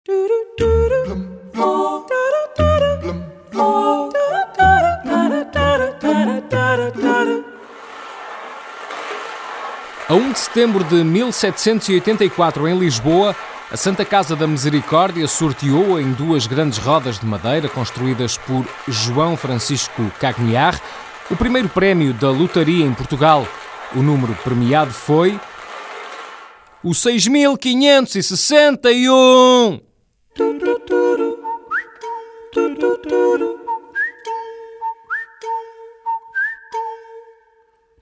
A 1 de setembro de 1784, em Lisboa, a Santa Casa da Misericórdia sorteou em duas grandes rodas de madeira construídas por João Francisco Cagnard o primeiro prémio da lotaria em Portugal. O número premiado foi o 6.561.